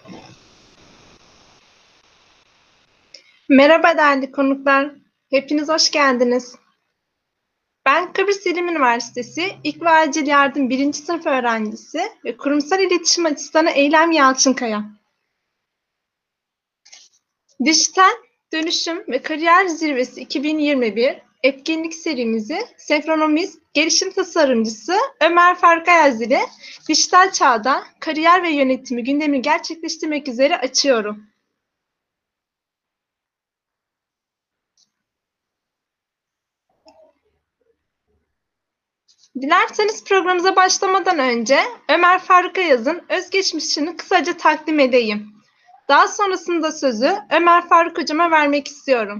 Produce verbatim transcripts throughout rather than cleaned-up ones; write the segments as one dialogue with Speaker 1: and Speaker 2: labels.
Speaker 1: Merhaba değerli konuklar. Hepiniz hoş geldiniz. Ben Kıbrıs İlim Üniversitesi İlk ve Acil Yardım birinci sınıf öğrencisi ve Kurumsal İletişim Asistanı Eylem Yalçınkaya. Dijital Dönüşüm ve Kariyer Zirvesi iki bin yirmi bir etkinlik serimizi Senkronomist Gelişim Tasarımcısı Ömer Faruk Ayaz ile dijital çağda kariyer ve yönetimi gündemini gerçekleştirmek üzere açıyorum. Dilerseniz programımıza başlamadan önce Ömer Faruk Ayaz'ın özgeçmişini kısaca takdim edeyim. Daha sonrasında sözü Ömer Faruk Hocam'a vermek istiyorum.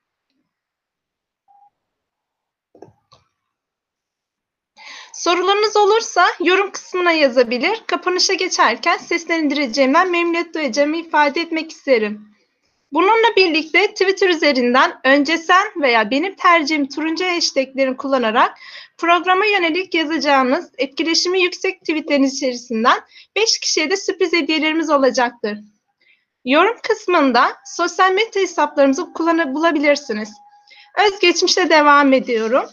Speaker 1: Sorularınız olursa yorum kısmına yazabilir, kapanışa geçerken seslendireceğimden memnuniyet duyacağımı ifade etmek isterim. Bununla birlikte Twitter üzerinden önce sen veya benim tercihim turuncu hashtaglerini kullanarak programa yönelik yazacağınız etkileşimi yüksek tweetleriniz içerisinden beş kişiye de sürpriz hediyelerimiz olacaktır. Yorum kısmında sosyal medya hesaplarımızı kullanıp bulabilirsiniz. Özgeçmişte devam ediyorum.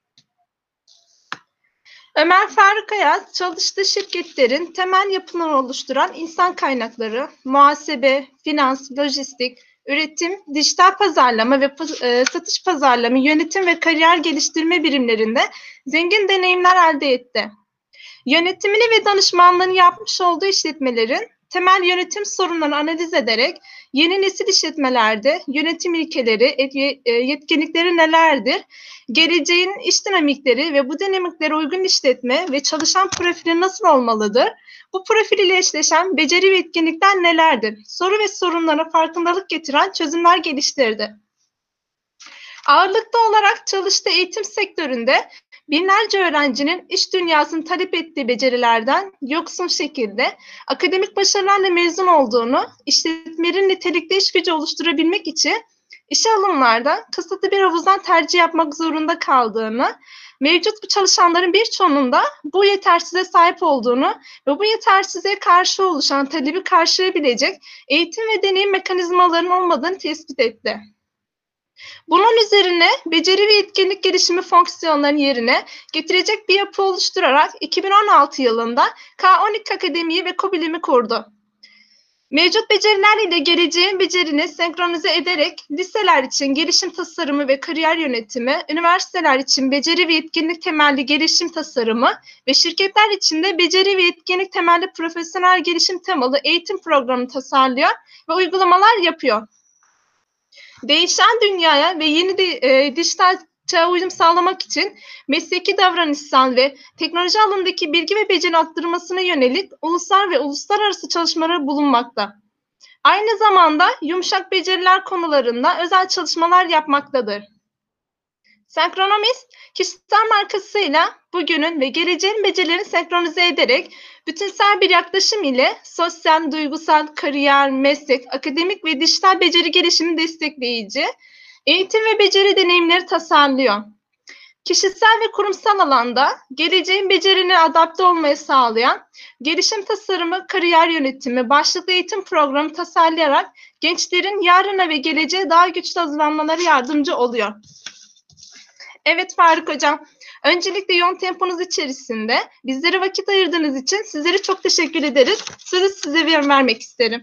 Speaker 1: Ömer Faruk Ayaz, çalıştığı şirketlerin temel yapılarını oluşturan insan kaynakları, muhasebe, finans, lojistik, üretim, dijital pazarlama ve e, satış pazarlama, yönetim ve kariyer geliştirme birimlerinde zengin deneyimler elde etti. Yönetimini ve danışmanlığını yapmış olduğu işletmelerin temel yönetim sorunlarını analiz ederek yeni nesil işletmelerde yönetim ilkeleri, yetkinlikleri nelerdir, geleceğin iş dinamikleri ve bu dinamiklere uygun işletme ve çalışan profili nasıl olmalıdır, bu profil ile eşleşen beceri ve etkinlikler nelerdir, soru ve sorunlara farkındalık getiren çözümler geliştirdi. Ağırlıklı olarak çalıştığı eğitim sektöründe binlerce öğrencinin iş dünyasının talep ettiği becerilerden yoksun şekilde akademik başarılarla mezun olduğunu, işletmelerin nitelikli iş gücü oluşturabilmek için işe alımlarda kısıtlı bir havuzdan tercih yapmak zorunda kaldığını, mevcut bu çalışanların birçoğunun da bu yetersizliğe sahip olduğunu ve bu yetersizliğe karşı oluşan talebi karşılayabilecek eğitim ve deneyim mekanizmalarının olmadığını tespit etti. Bunun üzerine beceri ve etkinlik gelişimi fonksiyonlarının yerine getirecek bir yapı oluşturarak iki bin on altı yılında K on iki Akademiyi ve KOBİLİM'i kurdu. Mevcut becerilerle geleceğin becerini senkronize ederek liseler için gelişim tasarımı ve kariyer yönetimi, üniversiteler için beceri ve etkinlik temelli gelişim tasarımı ve şirketler için de beceri ve etkinlik temelli profesyonel gelişim temalı eğitim programı tasarlıyor ve uygulamalar yapıyor. Değişen dünyaya ve yeni de, e, dijital çağa uyum sağlamak için mesleki davranışsal ve teknoloji alanındaki bilgi ve beceri arttırmasına yönelik ulusal ve uluslararası çalışmaları bulunmakta. Aynı zamanda yumuşak beceriler konularında özel çalışmalar yapmaktadır. Senkronomist, kişisel markasıyla bugünün ve geleceğin becerilerini senkronize ederek bütünsel bir yaklaşım ile sosyal, duygusal, kariyer, meslek, akademik ve dijital beceri gelişimi destekleyici, eğitim ve beceri deneyimleri tasarlıyor. Kişisel ve kurumsal alanda geleceğin becerini adapte olmayı sağlayan gelişim tasarımı, kariyer yönetimi, başlıklı eğitim programı tasarlayarak gençlerin yarına ve geleceğe daha güçlü hazırlanmaları yardımcı oluyor. Evet Faruk Hocam, öncelikle yoğun temponuz içerisinde bizlere vakit ayırdığınız için sizlere çok teşekkür ederiz. Sözü size vermek isterim.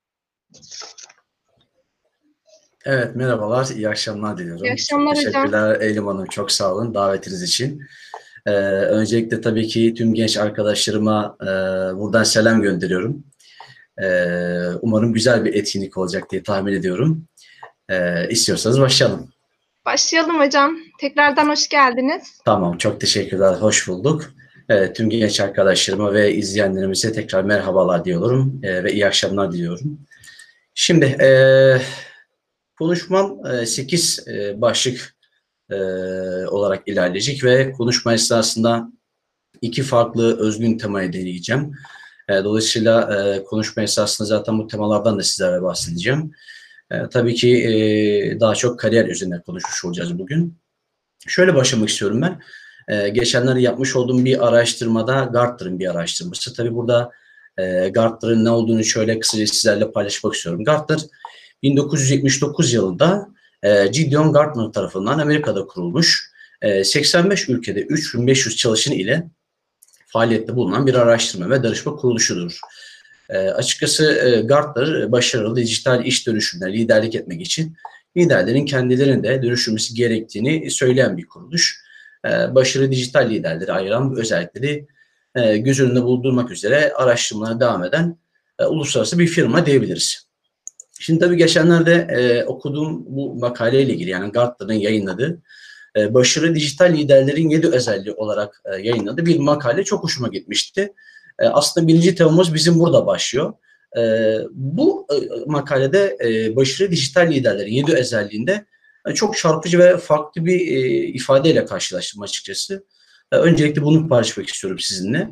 Speaker 2: Evet, merhabalar, iyi akşamlar diliyorum.
Speaker 1: İyi akşamlar
Speaker 2: çok
Speaker 1: hocam.
Speaker 2: teşekkürler Eylem Hanım, çok sağ olun davetiniz için. Ee, öncelikle tabii ki tüm genç arkadaşlarıma e, buradan selam gönderiyorum. Ee, umarım güzel bir etkinlik olacak diye tahmin ediyorum. Ee, istiyorsanız başlayalım.
Speaker 1: Başlayalım hocam. Tekrardan hoş geldiniz.
Speaker 2: Tamam, çok teşekkürler, hoş bulduk. Evet, tüm genç arkadaşlarıma ve izleyenlerimize tekrar merhabalar diyorum e, ve iyi akşamlar diliyorum. Şimdi e, konuşmam e, sekiz e, başlık e, olarak ilerleyecek ve konuşma esnasında iki farklı özgün temaya değineceğim. E, dolayısıyla e, konuşma esnasında zaten bu temalardan da sizlere bahsedeceğim. E, tabii ki e, daha çok kariyer üzerine konuşmuş olacağız bugün. Şöyle başlamak istiyorum ben. E, geçenlerde yapmış olduğum bir araştırmada, Gartner'ın bir araştırması. Tabii burada E, Gartner'ın ne olduğunu şöyle kısaca sizlerle paylaşmak istiyorum. Gartner bin dokuz yüz yetmiş dokuz yılında e, Gideon Gartner tarafından Amerika'da kurulmuş, e, seksen beş ülkede üç bin beş yüz çalışan ile faaliyette bulunan bir araştırma ve danışma kuruluşudur. E, açıkçası e, Gartner başarılı dijital iş dönüşümüne liderlik etmek için liderlerin kendilerinin de dönüşülmesi gerektiğini söyleyen bir kuruluş. E, başarılı dijital liderleri ayıran özellikleri e, göz önünde bulundurmak üzere araştırmalara devam eden e, uluslararası bir firma diyebiliriz. Şimdi tabii geçenlerde e, okuduğum bu makaleyle ilgili, yani Gartner'ın yayınladığı e, başarılı dijital liderlerin yedi özelliği olarak e, yayınladığı bir makale çok hoşuma gitmişti. E, aslında birinci temamız bizim burada başlıyor. E, bu e, makalede e, başarılı dijital liderlerin yedi özelliğinde e, çok çarpıcı ve farklı bir e, ifadeyle karşılaştım açıkçası. E, öncelikle bunu paylaşmak istiyorum sizinle.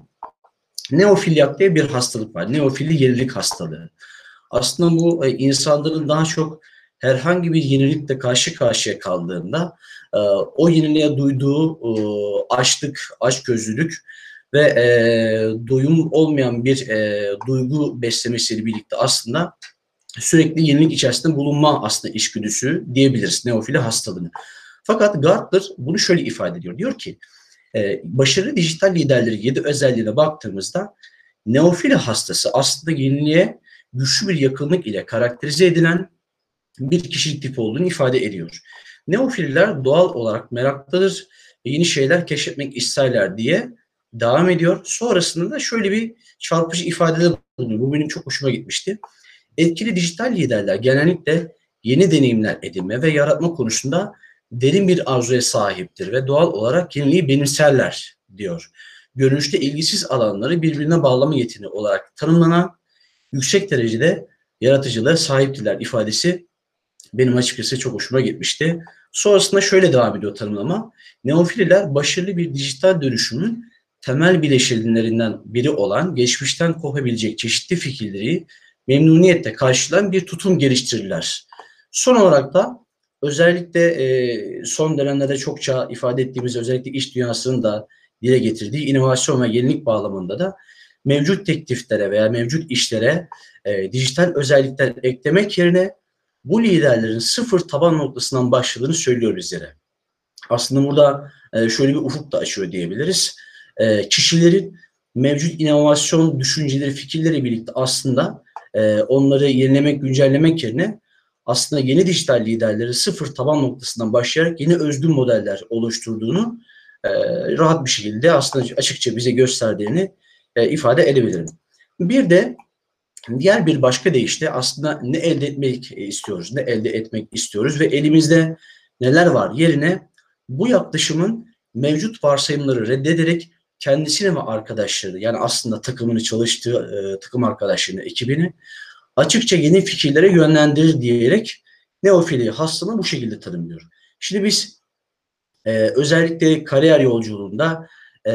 Speaker 2: Neofilyak diye bir hastalık var. Neofili yenilik hastalığı. Aslında bu e, insanların daha çok herhangi bir yenilikle karşı karşıya kaldığında e, o yeniliğe duyduğu e, açlık, açgözlülük ve e, doyum olmayan bir e, duygu beslemesiyle birlikte aslında sürekli yenilik içerisinde bulunma aslında içgüdüsü diyebiliriz neofili hastalığını. Fakat Gartner bunu şöyle ifade ediyor. Diyor ki e, başarılı dijital liderleri yedi özelliğine baktığımızda neofili hastası aslında yeniliğe güçlü bir yakınlık ile karakterize edilen bir kişilik tipi olduğunu ifade ediyor. Neofiller doğal olarak meraklıdır ve yeni şeyler keşfetmek isterler diye devam ediyor. Sonrasında da şöyle bir çarpıcı ifadede bulunuyor. Bu benim çok hoşuma gitmişti. Etkili dijital liderler genellikle yeni deneyimler edinme ve yaratma konusunda derin bir arzuya sahiptir ve doğal olarak yeniliği benimserler diyor. Görünüşte ilgisiz alanları birbirine bağlama yeteneği olarak tanımlanan yüksek derecede yaratıcılığa sahiptiler ifadesi benim açıkçası çok hoşuma gitmişti. Sonrasında şöyle devam ediyor tanımlama. Neofililer başarılı bir dijital dönüşümün temel bileşenlerinden biri olan geçmişten kopabilecek çeşitli fikirleri memnuniyetle karşılayan bir tutum geliştirirler. Son olarak da özellikle e, son dönemlerde çokça ifade ettiğimiz özellikle iş dünyasının da dile getirdiği inovasyon ve yenilik bağlamında da mevcut tekliflere veya mevcut işlere e, dijital özellikler eklemek yerine bu liderlerin sıfır taban noktasından başladığını söylüyor bizlere. Aslında burada e, şöyle bir ufuk da açıyor diyebiliriz. E, kişilerin mevcut inovasyon düşünceleri, fikirleri birlikte aslında e, onları yenilemek, güncellemek yerine aslında yeni dijital liderleri sıfır taban noktasından başlayarak yeni özgün modeller oluşturduğunu e, rahat bir şekilde aslında açıkça bize gösterdiğini e, ifade edebilirim. Bir de diğer bir başka deyişle aslında ne elde etmek istiyoruz, ne elde etmek istiyoruz ve elimizde neler var yerine bu yaklaşımın mevcut varsayımları reddederek kendisini ve arkadaşları, yani aslında takımını çalıştığı e, takım arkadaşlarını, ekibini açıkça yeni fikirlere yönlendirir diyerek neofili hastalığını bu şekilde tanımlıyor. Şimdi biz e, özellikle kariyer yolculuğunda e,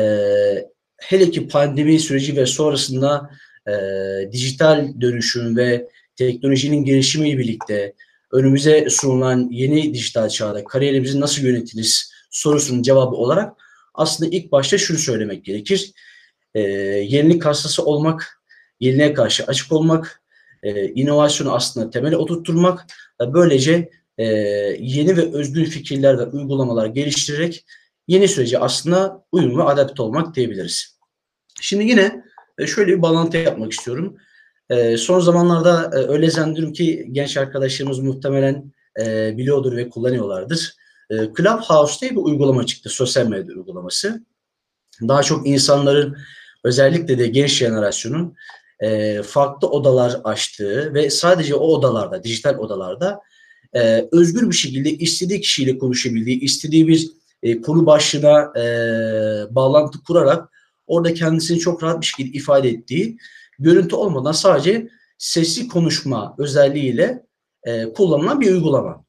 Speaker 2: hele ki pandemi süreci ve sonrasında e, dijital dönüşüm ve teknolojinin gelişimiyle birlikte önümüze sunulan yeni dijital çağda kariyerimizi nasıl yönetiriz sorusunun cevabı olarak aslında ilk başta şunu söylemek gerekir. E, yenilik hastası olmak, yeniliğe karşı açık olmak, e, inovasyonu aslında temele oturtturmak, böylece e, yeni ve özgün fikirler ve uygulamalar geliştirerek yeni sürece aslında uyum ve adapte olmak diyebiliriz. Şimdi yine şöyle bir bağlantı yapmak istiyorum. E, son zamanlarda e, öyle zannediyorum ki genç arkadaşlarımız muhtemelen e, biliyordur ve kullanıyorlardır. E, Clubhouse diye bir uygulama çıktı, sosyal medya uygulaması. Daha çok insanların, özellikle de genç jenerasyonun e, farklı odalar açtığı ve sadece o odalarda, dijital odalarda e, özgür bir şekilde istediği kişiyle konuşabildiği, istediği bir e, konu başlığına e, bağlantı kurarak orada kendisini çok rahat bir şekilde ifade ettiği, görüntü olmadan sadece sesli konuşma özelliğiyle e, kullanılan bir uygulama.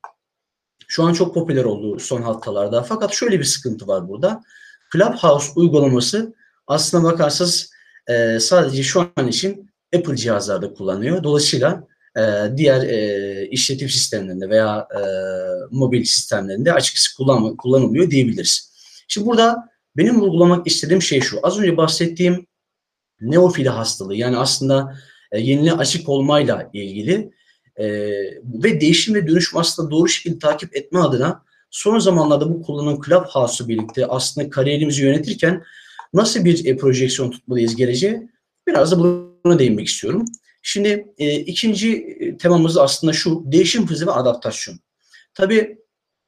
Speaker 2: Şu an çok popüler oldu son haftalarda. Fakat şöyle bir sıkıntı var burada. Clubhouse uygulaması aslına bakarsanız e, sadece şu an için Apple cihazlarda kullanıyor. Dolayısıyla e, diğer e, işletim sistemlerinde veya e, mobil sistemlerinde açıkçası kullan, kullanılmıyor diyebiliriz. Şimdi burada benim vurgulamak istediğim şey şu. Az önce bahsettiğim neofili hastalığı, yani aslında e, yeniliğe açık olmayla ilgili e, ve değişim ve dönüşüm aslında doğru şekilde takip etme adına son zamanlarda bu kullanılan Clubhouse'la birlikte aslında kariyerimizi yönetirken nasıl bir e, projeksiyon tutmalıyız geleceğe? Biraz da buna değinmek istiyorum. Şimdi e, ikinci temamız aslında şu: değişim hızı ve adaptasyon. Tabii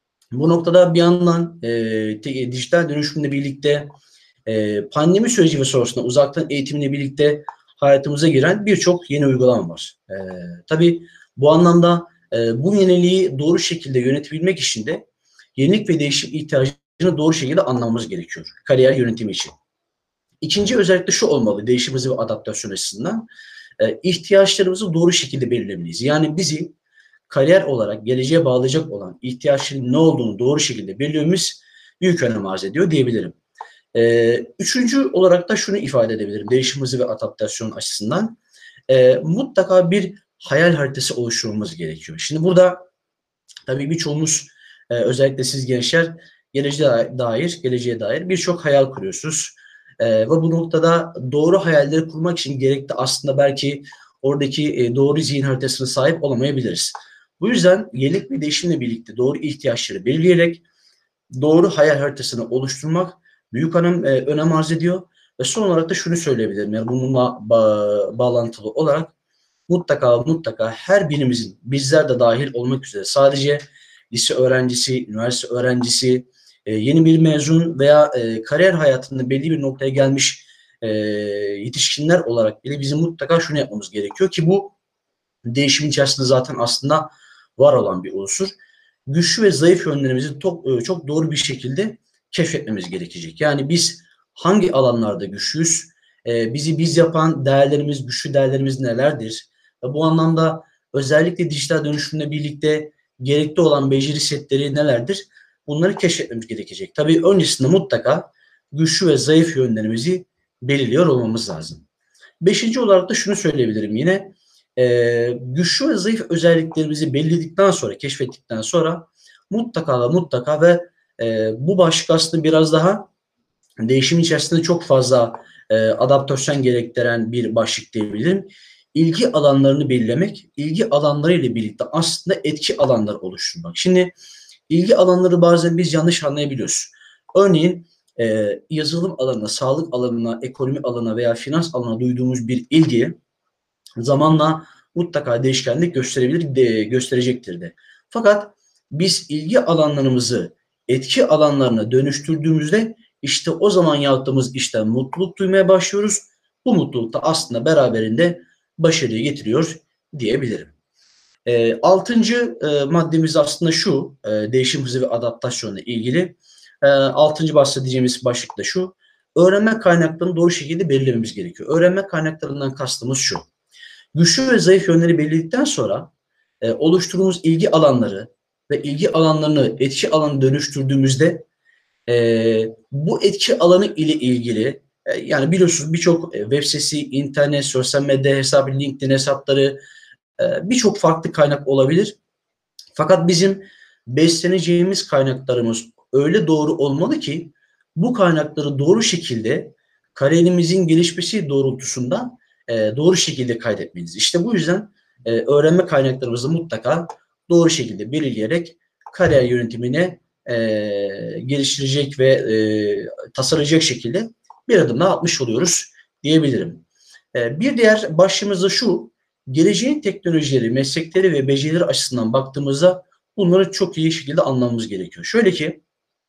Speaker 2: bu noktada bir yandan e, te, dijital dönüşümle birlikte e, pandemi süreci ve sonrasında uzaktan eğitimle birlikte hayatımıza giren birçok yeni uygulama var. E, tabii bu anlamda e, bu yeniliği doğru şekilde yönetebilmek için de yenilik ve değişim ihtiyacını doğru şekilde anlamamız gerekiyor kariyer yönetimi için. İkinci özellikle şu olmalı değişim hızı ve adaptasyon açısından: e, ihtiyaçlarımızı doğru şekilde belirlemeliyiz. Yani bizi kariyer olarak geleceğe bağlayacak olan ihtiyaçların ne olduğunu doğru şekilde belirlememiz büyük önem arz ediyor diyebilirim. Ee, üçüncü olarak da şunu ifade edebilirim değişim hızı ve adaptasyon açısından. Ee, mutlaka bir hayal haritası oluşturmamız gerekiyor. Şimdi burada tabii birçoğumuz e, özellikle siz gençler geleceğe dair, geleceğe dair birçok hayal kuruyorsunuz. Ee, ve bu noktada doğru hayalleri kurmak için gerekli aslında belki oradaki e, doğru zihin haritasına sahip olamayabiliriz. Bu yüzden yenilik ve değişimle birlikte doğru ihtiyaçları belirleyerek doğru hayal haritasını oluşturmak büyük önem, e, önem arz ediyor. Ve son olarak da şunu söyleyebilirim. Yani bununla ba bağlantılı olarak mutlaka mutlaka her birimizin, bizler de dahil olmak üzere, sadece lise öğrencisi, üniversite öğrencisi, e, yeni bir mezun veya e, kariyer hayatında belli bir noktaya gelmiş e, yetişkinler olarak bile bizim mutlaka şunu yapmamız gerekiyor ki bu değişimin içerisinde zaten aslında var olan bir unsur. Güçlü ve zayıf yönlerimizi çok, çok doğru bir şekilde keşfetmemiz gerekecek. Yani biz hangi alanlarda güçlüyüz? Ee, bizi biz yapan değerlerimiz, güçlü değerlerimiz nelerdir? Ve bu anlamda özellikle dijital dönüşümle birlikte gerekli olan beceri setleri nelerdir? Bunları keşfetmemiz gerekecek. Tabii öncesinde mutlaka güçlü ve zayıf yönlerimizi belirliyor olmamız lazım. Beşinci olarak da şunu söyleyebilirim yine. Ee, güçlü ve zayıf özelliklerimizi belirledikten sonra, keşfettikten sonra mutlaka ve mutlaka ve e, bu başlık aslında biraz daha değişim içerisinde çok fazla e, adaptasyon gerektiren bir başlık diyebilirim. İlgi alanlarını belirlemek, ilgi alanları ile birlikte aslında etki alanları oluşturmak. Şimdi ilgi alanları bazen biz yanlış anlayabiliyoruz. Örneğin e, yazılım alanına, sağlık alanına, ekonomi alanına veya finans alanına duyduğumuz bir ilgi zamanla mutlaka değişkenlik gösterebilir, de, gösterecektir de. Fakat biz ilgi alanlarımızı etki alanlarına dönüştürdüğümüzde işte o zaman yaptığımız işten mutluluk duymaya başlıyoruz. Bu mutluluk da aslında beraberinde başarıyı getiriyor diyebilirim. E, altıncı e, maddemiz aslında şu: e, değişim hızı ve adaptasyonla ilgili. E, altıncı bahsedeceğimiz başlık da şu: öğrenme kaynaklarını doğru şekilde belirlememiz gerekiyor. Öğrenme kaynaklarından kastımız şu: güçlü ve zayıf yönleri belirledikten sonra e, oluşturduğumuz ilgi alanları ve ilgi alanlarını etki alanına dönüştürdüğümüzde e, bu etki alanı ile ilgili e, yani biliyorsunuz birçok e, web sitesi, internet, sosyal medya hesabı, LinkedIn hesapları, e, birçok farklı kaynak olabilir. Fakat bizim besleneceğimiz kaynaklarımız öyle doğru olmalı ki bu kaynakları doğru şekilde kariyerimizin gelişmesi doğrultusunda e, doğru şekilde kaydetmeliyiz. İşte bu yüzden e, öğrenme kaynaklarımızı mutlaka doğru şekilde belirleyerek kariyer yönetimine e, geliştirecek ve e, tasarlayacak şekilde bir adım daha atmış oluyoruz diyebilirim. E, bir diğer başlığımız da şu: geleceğin teknolojileri, meslekleri ve becerileri açısından baktığımızda bunları çok iyi şekilde anlamamız gerekiyor. Şöyle ki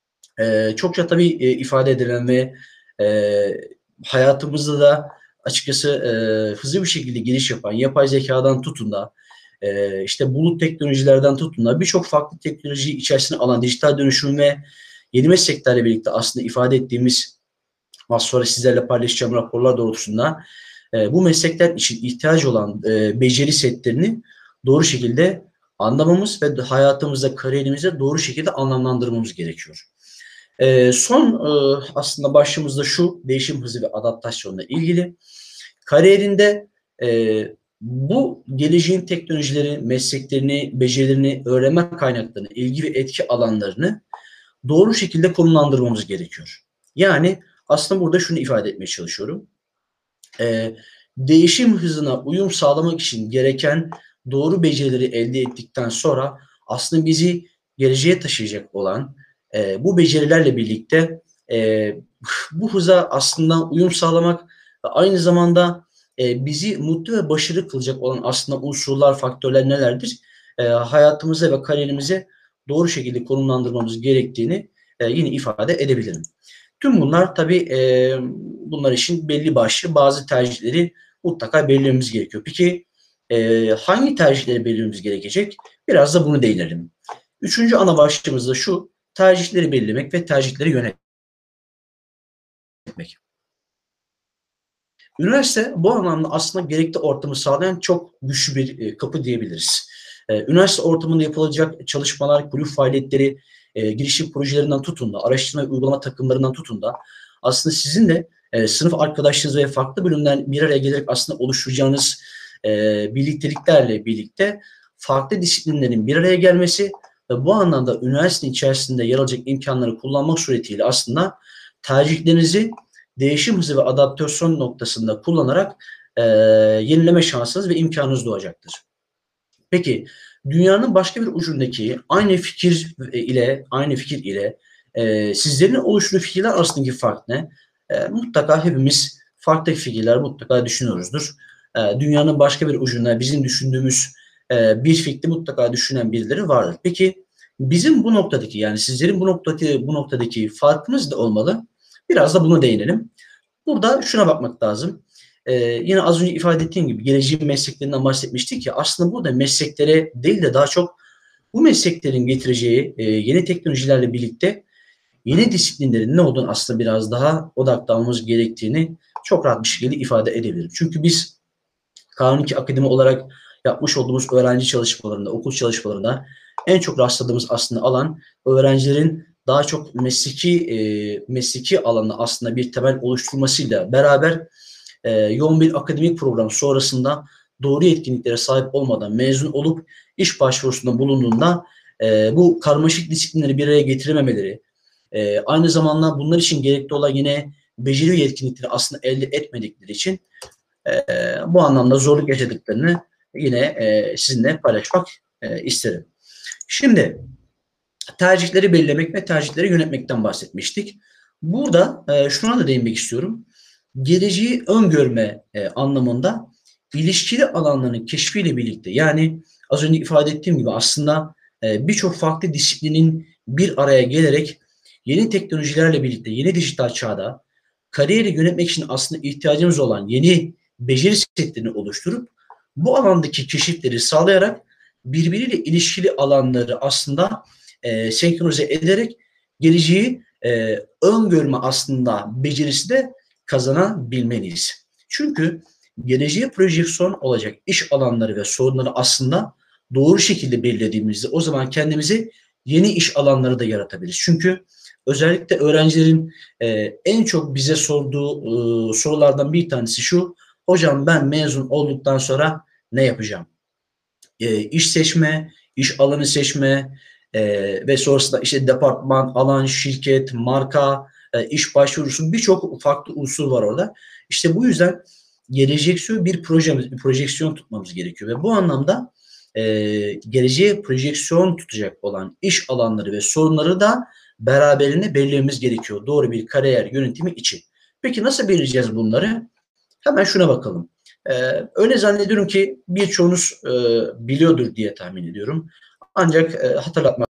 Speaker 2: e, çokça tabii e, ifade edilen ve e, hayatımızda da açıkçası e, hızlı bir şekilde giriş yapan yapay zekadan tutun da e, işte bulut teknolojilerden tutun da birçok farklı teknolojiyi içerisine alan dijital dönüşüm ve yeni mesleklerle birlikte aslında ifade ettiğimiz, az sonra sizlerle paylaşacağım raporlar doğrultusunda e, bu meslekler için ihtiyacı olan e, beceri setlerini doğru şekilde anlamamız ve hayatımızda, kariyerimize doğru şekilde anlamlandırmamız gerekiyor. E, son e, aslında başlığımız da şu: değişim hızı ve adaptasyonla ilgili. Kariyerinde e, bu geleceğin teknolojileri, mesleklerini, becerilerini, öğrenme kaynaklarını, ilgi ve etki alanlarını doğru şekilde konumlandırmamız gerekiyor. Yani aslında burada şunu ifade etmeye çalışıyorum. e, değişim hızına uyum sağlamak için gereken doğru becerileri elde ettikten sonra aslında bizi geleceğe taşıyacak olan e, bu becerilerle birlikte e, bu hıza aslında uyum sağlamak ve aynı zamanda e, bizi mutlu ve başarılı kılacak olan aslında unsurlar, faktörler nelerdir? E, hayatımıza ve kariyerimize doğru şekilde konumlandırmamız gerektiğini e, yine ifade edebilirim. Tüm bunlar tabii e, bunlar için belli başlı bazı tercihleri mutlaka belirlememiz gerekiyor. Peki e, hangi tercihleri belirlememiz gerekecek? Biraz da bunu değinelim. Üçüncü ana başlığımız da şu: tercihleri belirlemek ve tercihleri yönetmek. Üniversite bu anlamda aslında gerekli ortamı sağlayan çok güçlü bir e, kapı diyebiliriz. E, üniversite ortamında yapılacak çalışmalar, kulüp faaliyetleri, e, girişim projelerinden tutun da, araştırma ve uygulama takımlarından tutun da aslında sizin de e, sınıf arkadaşlarınız ve farklı bölümden bir araya gelerek aslında oluşturacağınız e, birlikteliklerle birlikte farklı disiplinlerin bir araya gelmesi ve bu anlamda üniversitenin içerisinde yer alacak imkanları kullanmak suretiyle aslında tercihlerinizi değişim hızı ve adaptasyon noktasında kullanarak e, yenileme şansınız ve imkanınız doğacaktır. Peki dünyanın başka bir ucundaki aynı fikir ile aynı fikir ile e, sizlerin oluşturduğu fikirler arasındaki fark ne? E, mutlaka hepimiz farklı fikirler mutlaka düşünüyoruzdur. E, dünyanın başka bir ucunda bizim düşündüğümüz e, bir fikri mutlaka düşünen birileri vardır. Peki bizim bu noktadaki, yani sizlerin bu noktadaki bu noktadaki farkımız da olmalı. Biraz da buna değinelim. Burada şuna bakmak lazım. Ee, yine az önce ifade ettiğim gibi geleceğin mesleklerinden bahsetmiştik ya, aslında burada mesleklere değil de daha çok bu mesleklerin getireceği e, yeni teknolojilerle birlikte yeni disiplinlerin ne olduğunu aslında biraz daha odaklanmamız gerektiğini çok rahat bir şekilde ifade edebilirim. Çünkü biz K on iki Akademi olarak yapmış olduğumuz öğrenci çalışmalarında, okul çalışmalarında en çok rastladığımız aslında alan öğrencilerin daha çok mesleki e, mesleki alanda aslında bir temel oluşturmasıyla beraber e, yoğun bir akademik program sonrasında doğru yetkinliklere sahip olmadan mezun olup iş başvurusunda bulunduğunda e, bu karmaşık disiplinleri bir araya getirememeleri, e, aynı zamanda bunlar için gerekli olan yine beceri ve yetkinlikleri aslında elde etmedikleri için e, bu anlamda zorluk yaşadıklarını yine e, sizinle paylaşmak e, isterim. Şimdi tercihleri belirlemek ve tercihleri yönetmekten bahsetmiştik. Burada e, şuna da değinmek istiyorum. Geleceği öngörme e, anlamında ilişkili alanların keşfiyle birlikte, yani az önce ifade ettiğim gibi aslında e, birçok farklı disiplinin bir araya gelerek yeni teknolojilerle birlikte yeni dijital çağda kariyeri yönetmek için aslında ihtiyacımız olan yeni beceri setlerini oluşturup bu alandaki keşifleri sağlayarak birbiriyle ilişkili alanları aslında e, senkronize ederek geleceği e, öngörme aslında becerisi de kazanabilmeliyiz. Çünkü geleceğe projeksiyon olacak iş alanları ve sorunları aslında doğru şekilde belirlediğimizde o zaman kendimize yeni iş alanları da yaratabiliriz. Çünkü özellikle öğrencilerin e, en çok bize sorduğu e, sorulardan bir tanesi şu: hocam ben mezun olduktan sonra ne yapacağım? E, iş seçme, iş alanı seçme e, ve sonrasında işte departman, alan, şirket, marka, e, iş başvurusu, birçok farklı unsur var orada. İşte bu yüzden geleceksel bir projemiz, bir projeksiyon tutmamız gerekiyor ve bu anlamda e, geleceğe projeksiyon tutacak olan iş alanları ve sorunları da beraberinde belirlememiz gerekiyor doğru bir kariyer yönetimi için. Peki nasıl belirleyeceğiz bunları? Hemen şuna bakalım. Ee, öyle zannediyorum ki birçoğunuz e, biliyordur diye tahmin ediyorum. Ancak e, hatırlatmakta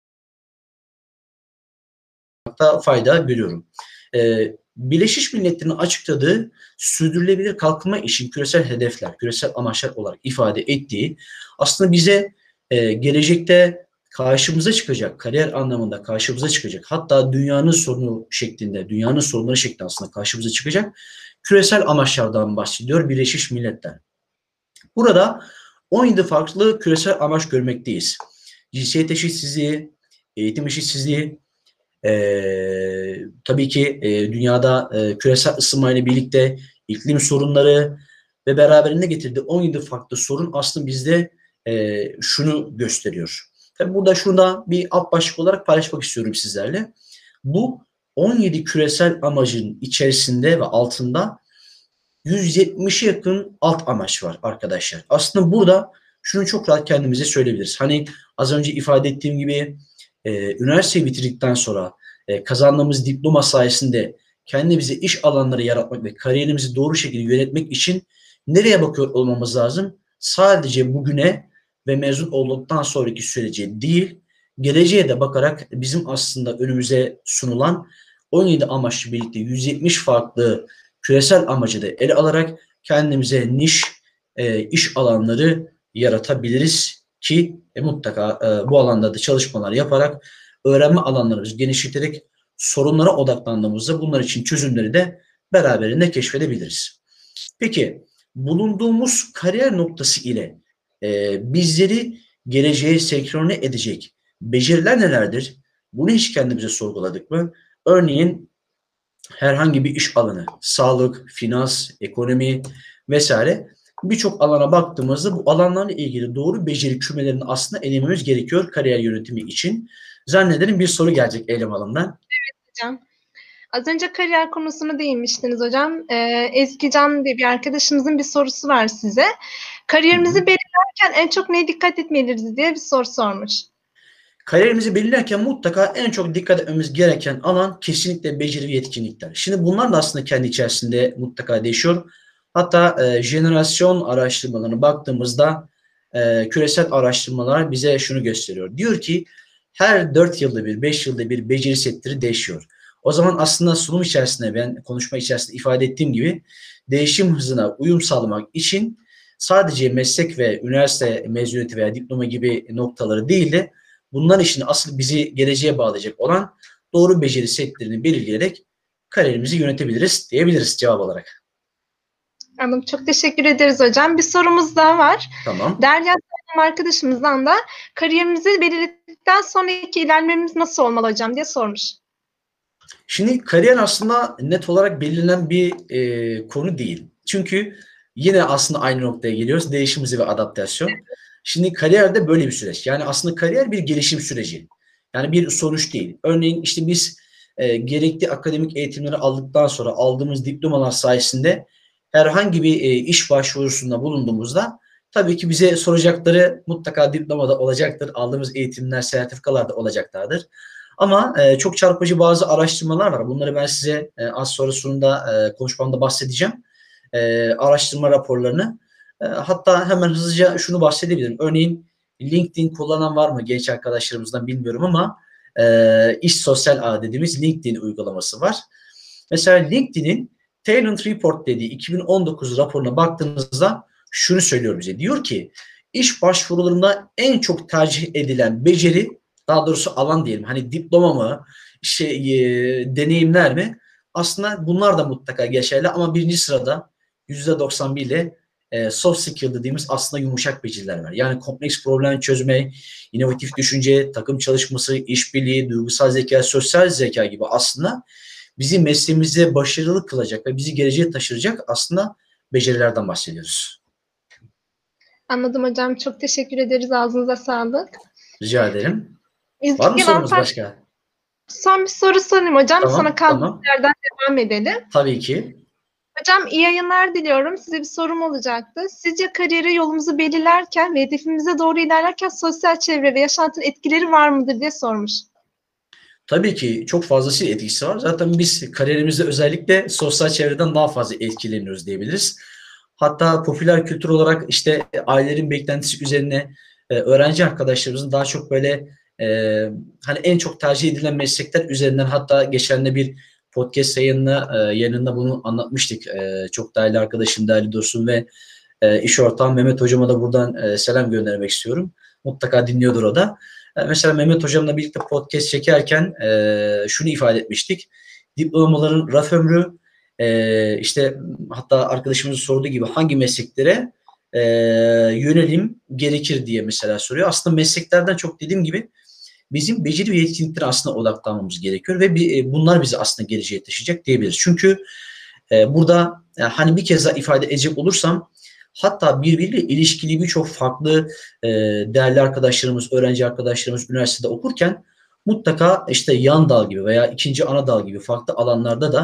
Speaker 2: fayda görüyorum. Ee, Birleşmiş Milletler'in açıkladığı sürdürülebilir kalkınma için küresel hedefler, küresel amaçlar olarak ifade ettiği aslında bize e, gelecekte karşımıza çıkacak, kariyer anlamında karşımıza çıkacak, hatta dünyanın sorunu şeklinde, dünyanın sorunları şeklinde aslında karşımıza çıkacak küresel amaçlardan bahsediyor Birleşmiş Milletler. Burada on yedi farklı küresel amaç görmekteyiz. Cinsiyet eşitsizliği, eğitim eşitsizliği, ee, tabii ki e, dünyada e, küresel ısınmayla birlikte iklim sorunları ve beraberinde getirdiği on yedi farklı sorun aslında bizde e, şunu gösteriyor. Tabii burada şurada bir alt başlık olarak paylaşmak istiyorum sizlerle. Bu on yedi küresel amacın içerisinde ve altında yüz yetmişe yakın alt amaç var arkadaşlar. Aslında burada şunu çok rahat kendimize söyleyebiliriz. Hani az önce ifade ettiğim gibi e, üniversiteyi bitirdikten sonra e, kazandığımız diploma sayesinde kendimize iş alanları yaratmak ve kariyerimizi doğru şekilde yönetmek için nereye bakıyor olmamız lazım? Sadece bugüne ve mezun olduktan sonraki sürece değil, geleceğe de bakarak bizim aslında önümüze sunulan on yedi amaçlı birlikte yüz yetmiş farklı küresel amacı da ele alarak kendimize niş e, iş alanları yaratabiliriz ki e, mutlaka e, bu alanda da çalışmalar yaparak öğrenme alanlarımızı genişleterek sorunlara odaklandığımızda bunlar için çözümleri de beraberinde keşfedebiliriz. Peki bulunduğumuz kariyer noktası ile e, bizleri geleceğe senkrone edecek beceriler nelerdir? Bunu hiç kendimize sorguladık mı? Örneğin herhangi bir iş alanı, sağlık, finans, ekonomi vesaire birçok alana baktığımızda bu alanlarla ilgili doğru beceri kümelerini aslında elememiz gerekiyor kariyer yönetimi için. Zannederim bir soru gelecek Eylem Hanım'dan.
Speaker 1: Hocam. Az önce kariyer konusunu değinmiştiniz hocam. Ee, Ezgican diye bir arkadaşımızın bir sorusu var size. Kariyerimizi
Speaker 2: Hı hı.
Speaker 1: belirlerken en çok neye dikkat etmeliyiz diye bir soru sormuş.
Speaker 2: Kariyerimizi belirlerken mutlaka en çok dikkat etmemiz gereken alan kesinlikle beceri ve yetkinlikler. Şimdi bunlar da aslında kendi içerisinde mutlaka değişiyor. Hatta e, jenerasyon araştırmalarına baktığımızda e, küresel araştırmalar bize şunu gösteriyor. Diyor ki her dört yılda bir, beş yılda bir beceri setleri değişiyor. O zaman aslında sunum içerisinde ben konuşma içerisinde ifade ettiğim gibi değişim hızına uyum sağlamak için sadece meslek ve üniversite mezuniyeti veya diploma gibi noktaları değil de bunların için asıl bizi geleceğe bağlayacak olan doğru beceri setlerini belirleyerek kariyerimizi yönetebiliriz diyebiliriz cevap olarak.
Speaker 1: Anladım. Çok teşekkür ederiz hocam. Bir sorumuz daha var.
Speaker 2: Tamam.
Speaker 1: Derya Hanım arkadaşımızdan da kariyerimizi belirledikten sonraki ilerlememiz nasıl olmalı hocam diye sormuş.
Speaker 2: Şimdi kariyer aslında net olarak belirlenen bir e, konu değil. Çünkü yine aslında aynı noktaya geliyoruz. Değişim hızı ve adaptasyon. Şimdi kariyerde böyle bir süreç. Yani aslında kariyer bir gelişim süreci. Yani bir sonuç değil. Örneğin işte biz e, gerekli akademik eğitimleri aldıktan sonra aldığımız diplomalar sayesinde herhangi bir e, iş başvurusunda bulunduğumuzda tabii ki bize soracakları mutlaka diplomada olacaktır. Aldığımız eğitimler, sertifikalar da olacaklardır. Ama e, çok çarpıcı bazı araştırmalar var. Bunları ben size e, az sonra sonunda e, konuşmamda bahsedeceğim. E, araştırma raporlarını. E, hatta hemen hızlıca şunu bahsedebilirim. Örneğin LinkedIn kullanan var mı genç arkadaşlarımızdan bilmiyorum ama e, iş sosyal ağ dediğimiz LinkedIn uygulaması var. Mesela LinkedIn'in Talent Report dediği iki bin on dokuz raporuna baktığımızda şunu söylüyor bize. Diyor ki iş başvurularında en çok tercih edilen beceri, daha doğrusu alan diyelim. Hani diploma mı, şey, e, deneyimler mi? Aslında bunlar da mutlaka geçerli ama birinci sırada yüzde doksan bir ile e, soft skill dediğimiz aslında yumuşak beceriler var. Yani kompleks problem çözme, inovatif düşünce, takım çalışması, işbirliği, duygusal zeka, sosyal zeka gibi aslında bizi mesleğimizde başarılı kılacak ve bizi geleceğe taşıracak aslında becerilerden bahsediyoruz.
Speaker 1: Anladım hocam. Çok teşekkür ederiz. Ağzınıza sağlık.
Speaker 2: Rica ederim.
Speaker 1: İzgi
Speaker 2: Var mı sorumuz
Speaker 1: Antalya-
Speaker 2: başka?
Speaker 1: Son bir soru sorayım hocam.
Speaker 2: Tamam,
Speaker 1: Sonra kaldığımız
Speaker 2: tamam.
Speaker 1: yerden devam edelim.
Speaker 2: Tabii ki.
Speaker 1: Hocam iyi yayınlar diliyorum. Size bir sorum olacaktı. Sizce kariyeri yolumuzu belirlerken ve hedefimize doğru ilerlerken sosyal çevre ve yaşantının etkileri var mıdır diye sormuş.
Speaker 2: Tabii ki çok fazlasıyla etkisi var. Zaten biz kariyerimizde özellikle sosyal çevreden daha fazla etkileniyoruz diyebiliriz. Hatta popüler kültür olarak işte ailelerin beklentisi üzerine e, öğrenci arkadaşlarımızın daha çok böyle e, hani en çok tercih edilen meslekler üzerinden, hatta geçen de bir podcast yayınında, e, yayınında bunu anlatmıştık. E, çok değerli arkadaşım, değerli dostum ve e, iş ortağım Mehmet Hocama da buradan e, selam göndermek istiyorum. Mutlaka dinliyordur o da. E, mesela Mehmet Hocamla birlikte podcast çekerken e, şunu ifade etmiştik. Diplomaların raf ömrü, e, işte hatta arkadaşımızın sorduğu gibi hangi mesleklere e, yönelim gerekir diye mesela soruyor. Aslında mesleklerden çok dediğim gibi bizim beceri ve yetkinliklere aslında odaklanmamız gerekiyor ve bir, e, bunlar bizi aslında geleceğe taşıyacak diyebiliriz. Çünkü e, burada e, hani bir kez daha ifade edecek olursam, hatta birbiriyle ilişkili birçok farklı e, değerli arkadaşlarımız, öğrenci arkadaşlarımız üniversitede okurken mutlaka işte yan dal gibi veya ikinci ana dal gibi farklı alanlarda da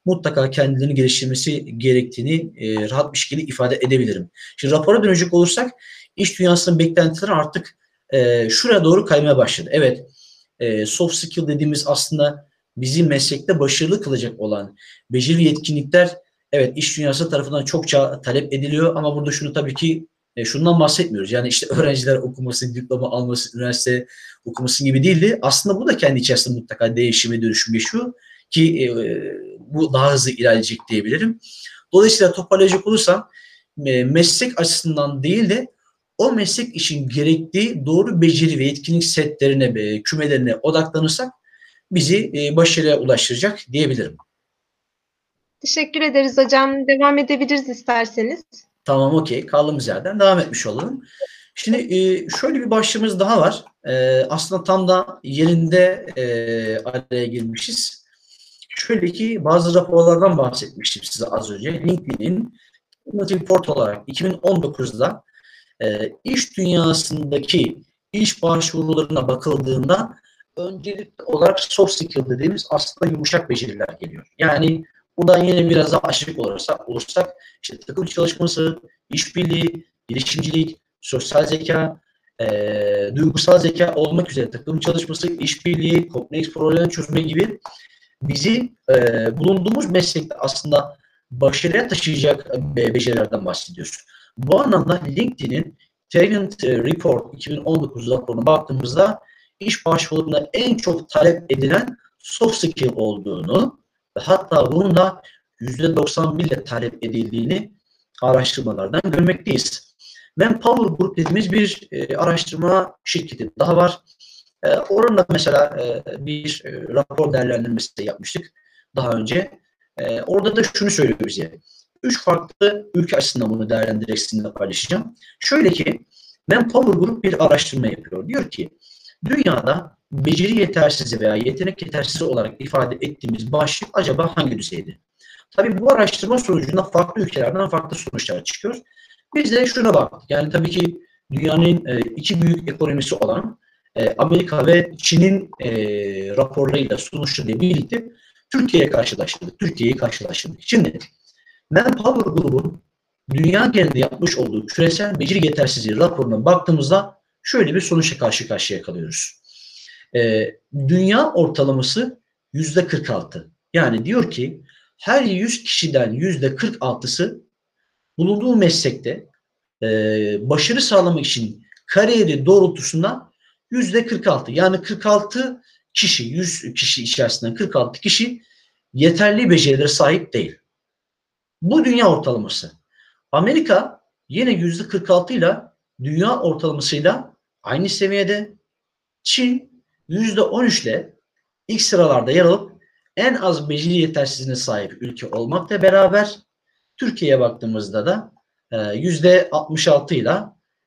Speaker 2: mutlaka kendilerini geliştirmesi gerektiğini e, rahat bir şekilde ifade edebilirim. Şimdi rapora dönecek olursak iş dünyasının beklentileri artık e, şuraya doğru kaymaya başladı. Evet, e, soft skill dediğimiz aslında bizi meslekte başarılı kılacak olan beceri ve yetkinlikler, evet, iş dünyası tarafından çokça talep ediliyor ama burada şunu tabii ki e, şundan bahsetmiyoruz. Yani işte öğrenciler okuması, diploma alması, üniversite okuması gibi değildi. Aslında bu da kendi içerisinde mutlaka değişim ve dönüşüm yaşıyor ki e, bu daha hızlı ilerleyecek diyebilirim. Dolayısıyla toparlayacak olursam e, meslek açısından değil de o meslek için gerektiği doğru beceri ve yetkinlik setlerine, e, kümelerine odaklanırsak bizi e, başarıya ulaştıracak diyebilirim.
Speaker 1: Teşekkür ederiz hocam. Devam edebiliriz isterseniz.
Speaker 2: Tamam, okey. Kaldığımız yerden devam etmiş olalım. Şimdi e, şöyle bir başlığımız daha var. E, aslında tam da yerinde e, araya girmişiz. Şöyle ki bazı raporlardan bahsetmiştim size az önce. LinkedIn'in Report olarak iki bin on dokuzda e, iş dünyasındaki iş başvurularına bakıldığında öncelikli olarak soft skill dediğimiz aslında yumuşak beceriler geliyor. Yani buradan yine biraz daha açık olursak, olursak işte takım çalışması, işbirliği, girişimcilik, sosyal zeka, e, duygusal zeka olmak üzere takım çalışması, işbirliği, kompleks problem çözme gibi bizi e, bulunduğumuz meslekte aslında başarıya taşıyacak be becerilerden bahsediyoruz. Bu anlamda LinkedIn'in Talent Report iki bin on dokuz raporuna baktığımızda iş başvurularında en çok talep edilen soft skill olduğunu ve hatta bunun da yüzde doksan bir ile talep edildiğini araştırmalardan görmekteyiz. Manpower Group dediğimiz bir e, araştırma şirketi daha var. E, orada mesela e, bir e, rapor değerlendirmesi de yapmıştık daha önce. E, orada da şunu söylüyor bize. Üç farklı ülke açısından bunu değerlendirerek sizinle paylaşacağım. Şöyle ki Manpower Group bir araştırma yapıyor. Diyor ki dünyada beceri yetersizliği veya yetenek yetersizliği olarak ifade ettiğimiz başlık acaba hangi düzeyde? Tabii bu araştırma sonucunda farklı ülkelerden farklı sonuçlar çıkıyor. Biz de şuna baktık. Yani tabii ki dünyanın e, iki büyük ekonomisi olan e, Amerika ve Çin'in e, raporlarıyla sonuçlarıyla birlikte Türkiye'ye karşılaştırdık. Türkiye'yi karşılaştırdık. Şimdi Manpower Group'un dünya genelinde yapmış olduğu küresel beceri yetersizliği raporuna baktığımızda şöyle bir sonuçla karşı karşıya kalıyoruz. E, dünya ortalaması yüzde kırk altı. Yani diyor ki her yüz kişiden yüzde kırk altısı bulunduğu meslekte e, başarı sağlamak için kariyeri doğrultusunda yüzde kırk altı, yani kırk altı kişi, yüz kişi içerisinden kırk altı kişi yeterli becerilere sahip değil. Bu dünya ortalaması. Amerika yine yüzde kırk altı ile dünya ortalamasıyla aynı seviyede. Çin yüzde on üç ile ilk sıralarda yer alıp en az beceri yetersizliğine sahip ülke olmakla beraber Türkiye'ye baktığımızda da yüzde altmış altı ile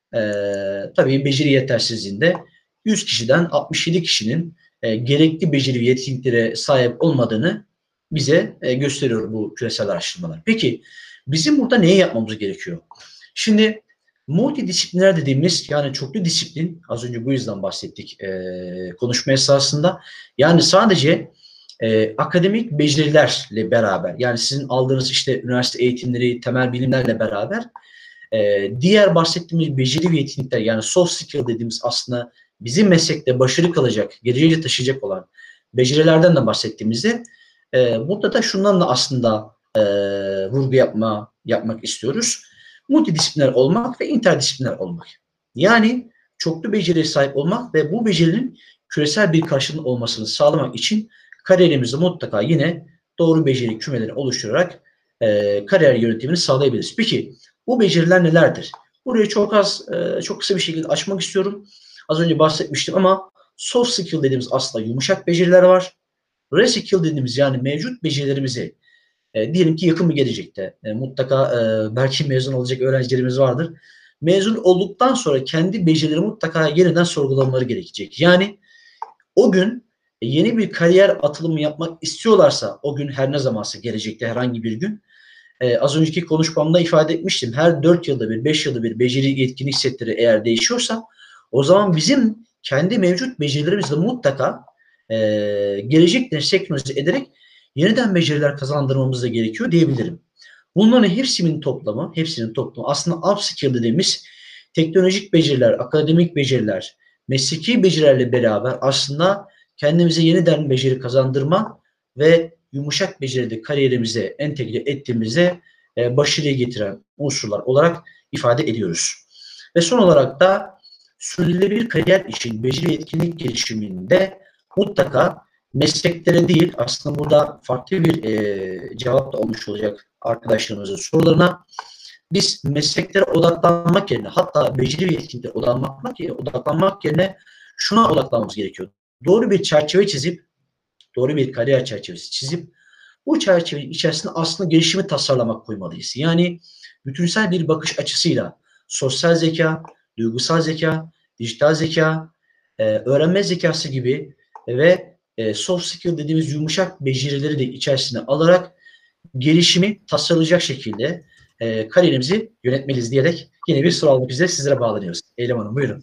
Speaker 2: tabii beceri yetersizliğinde yüz kişiden altmış yedi kişinin e, gerekli beceri ve yetkinliklere sahip olmadığını bize e, gösteriyor bu küresel araştırmalar. Peki bizim burada neyi yapmamız gerekiyor? Şimdi multidisipliner dediğimiz, yani çoklu disiplin, az önce bu yüzden bahsettik e, konuşma esasında. Yani sadece e, akademik becerilerle beraber, yani sizin aldığınız işte üniversite eğitimleri, temel bilimlerle beraber e, diğer bahsettiğimiz beceri ve yetkinlikler, yani soft skill dediğimiz aslında bizim meslekte başarı kalacak, geleceğe taşıyacak olan becerilerden de bahsettiğimizde e, burada da şundan da aslında e, vurgu yapma, yapmak istiyoruz. Multidisipliner olmak ve interdisipliner olmak. Yani çoklu beceriye sahip olmak ve bu becerinin küresel bir karşılığının olmasını sağlamak için kariyerimizde mutlaka yine doğru beceri kümelerini oluşturarak e, kariyer yönetimini sağlayabiliriz. Peki bu beceriler nelerdir? Burayı çok az, e, çok kısa bir şekilde açmak istiyorum. Az önce bahsetmiştim ama soft skill dediğimiz aslında yumuşak beceriler var. Reskill dediğimiz, yani mevcut becerilerimizi e, diyelim ki yakın bir gelecekte e, mutlaka e, belki mezun olacak öğrencilerimiz vardır. Mezun olduktan sonra kendi becerileri mutlaka yeniden sorgulanmaları gerekecek. Yani o gün e, yeni bir kariyer atılımı yapmak istiyorlarsa, o gün her ne zamansa gelecekte herhangi bir gün, e, az önceki konuşmamda ifade etmiştim. Her dört yılda bir, beş yılda bir beceri yetkinlik setleri eğer değişiyorsa, o zaman bizim kendi mevcut becerilerimizle mutlaka e, gelecek senkronize ederek yeniden beceriler kazandırmamız da gerekiyor diyebilirim. Bunların hepsinin toplamı, hepsinin toplamı aslında upskill dediğimiz teknolojik beceriler, akademik beceriler, mesleki becerilerle beraber aslında kendimize yeniden beceri kazandırma ve yumuşak beceride kariyerimize entegre ettiğimizde e, başarıya getiren unsurlar olarak ifade ediyoruz. Ve son olarak da sürdürülebilir kariyer için beceri etkinlik gelişiminde mutlaka mesleklere değil, aslında burada farklı bir e, cevap da olmuş olacak arkadaşlarımızın sorularına. Biz mesleklere odaklanmak yerine, hatta beceri ve etkinliklere odaklanmak yerine, odaklanmak yerine şuna odaklanmamız gerekiyor. Doğru bir çerçeve çizip, doğru bir kariyer çerçevesi çizip, bu çerçeve içerisinde aslında gelişimi tasarlamak koymalıyız. Yani bütünsel bir bakış açısıyla sosyal zeka, duygusal zeka, dijital zeka, e, öğrenme zekası gibi ve e, soft skill dediğimiz yumuşak becerileri de içerisine alarak gelişimi tasarlayacak şekilde e, kariyerimizi yönetmeliyiz diyerek yine bir soru almak üzere sizlere bağlanıyoruz. Eylem Hanım buyurun.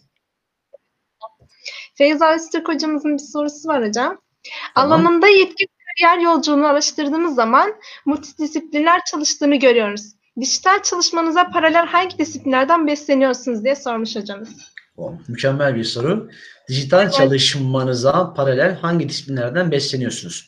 Speaker 1: Feyza Öztürk hocamızın bir sorusu var hocam.
Speaker 2: Tamam.
Speaker 1: Alanında yetkin kariyer yolculuğunu araştırdığımız zaman multidisipliner çalıştığını görüyoruz. Dijital çalışmanıza paralel hangi disiplinlerden besleniyorsunuz diye sormuş hocamız.
Speaker 2: O, mükemmel bir soru. Dijital evet. çalışmanıza paralel hangi disiplinlerden besleniyorsunuz?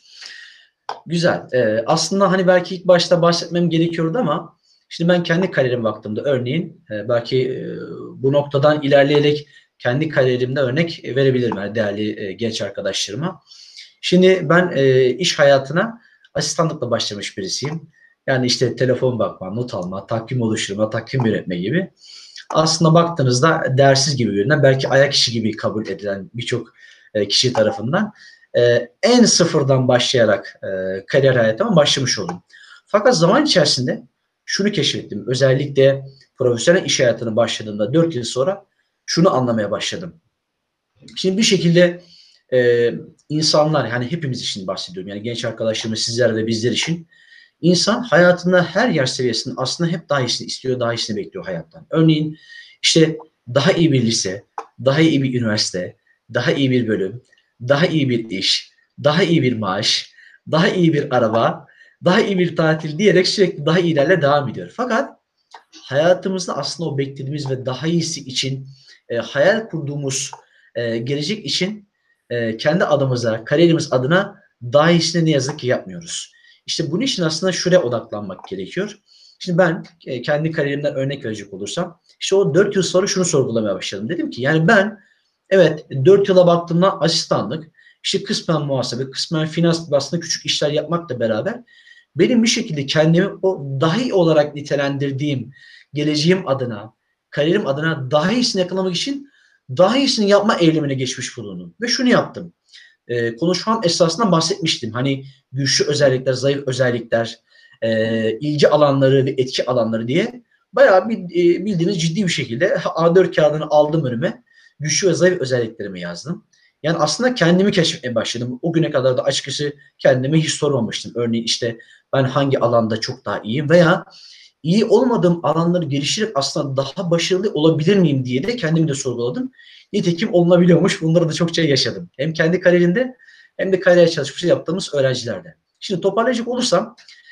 Speaker 2: Güzel. Ee, aslında hani belki ilk başta bahsetmem gerekiyordu ama şimdi ben kendi kariyerime baktığımda örneğin e, belki e, bu noktadan ilerleyerek kendi kariyerimde örnek verebilirim yani değerli e, genç arkadaşlarıma. Şimdi ben e, iş hayatına asistanlıkla başlamış birisiyim. Yani işte telefon bakma, not alma, takvim oluşturma, takvim üretme gibi. Aslında baktığınızda değersiz gibi görünen, belki ayak işi gibi kabul edilen birçok e, kişi tarafından e, en sıfırdan başlayarak e, kariyer hayatıma başlamış oldum. Fakat zaman içerisinde şunu keşfettim. Özellikle profesyonel iş hayatına başladığımda dört yıl sonra şunu anlamaya başladım. Şimdi bir şekilde e, insanlar, yani hepimiz için bahsediyorum. Yani genç arkadaşlarımız, sizler ve bizler için insan hayatında her yer seviyesinde aslında hep daha iyisini istiyor, daha iyisini bekliyor hayattan. Örneğin işte daha iyi bir lise, daha iyi bir üniversite, daha iyi bir bölüm, daha iyi bir iş, daha iyi bir maaş, daha iyi bir araba, daha iyi bir tatil diyerek sürekli daha iyilerle devam ediyor. Fakat hayatımızda aslında o beklediğimiz ve daha iyisi için e, hayal kurduğumuz e, gelecek için e, kendi adımıza, kariyerimiz adına daha iyisini ne yazık ki yapmıyoruz. İşte bunun için aslında şuraya odaklanmak gerekiyor. Şimdi ben e, kendi kariyerimden örnek verecek olursam, işte o dört yıl sonra şunu sorgulamaya başladım. Dedim ki yani ben evet dört yıla baktığımda asistanlık, işte kısmen muhasebe, kısmen finans gibi aslında küçük işler yapmakla beraber benim bir şekilde kendimi o daha iyi olarak nitelendirdiğim geleceğim adına, kariyerim adına daha iyisini yakalamak için daha iyisini yapma eylemine geçmiş bulundum. Ve şunu yaptım. Ee, konuşmam esasında bahsetmiştim. Hani güçlü özellikler, zayıf özellikler, e, ilgi alanları ve etki alanları diye bayağı bir e, bildiğiniz ciddi bir şekilde A dört kağıdını aldım önüme. Güçlü ve zayıf özelliklerimi yazdım. Yani aslında kendimi keşfetmeye başladım. O güne kadar da açıkçası kendime hiç sormamıştım. Örneğin işte ben hangi alanda çok daha iyiyim veya iyi olmadığım alanları geliştirerek aslında daha başarılı olabilir miyim diye de kendimi de sorguladım. Nitekim olunabiliyormuş. Bunları da çokça yaşadım. Hem kendi kariyerimde hem de kariyer çalışması yaptığımız öğrencilerde. Şimdi toparlayacak olursam